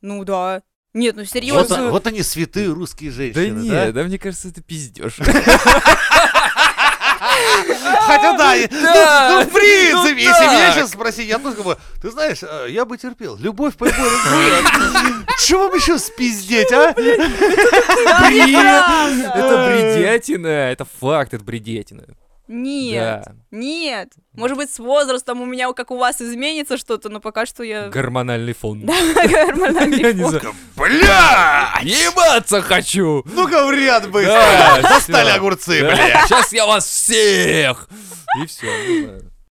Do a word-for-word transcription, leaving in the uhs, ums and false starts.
Ну да. Нет, ну Вот, серьезно. вот они, святые русские Да женщины, нет, да? да мне кажется, это пиздеж. Хотя да, и- Да, ну, ну, в принципе, ну если меня так. сейчас спросить, я тоже бы, ты знаешь, э, я бы терпел. Любовь по любой Чего вам еще спиздеть, а? Бред! неправда. Это бредятина, это факт, это бредятина. Нет, Да. нет. Может быть, с возрастом у меня, как у вас, изменится что-то, но пока что я... Гормональный фон. Гормональный Я не фон. знаю. Бля! Ебаться хочу! Ну-ка, в ряд быстро. Да, Достали всё. огурцы, Да. бля. Сейчас я вас всех! И все.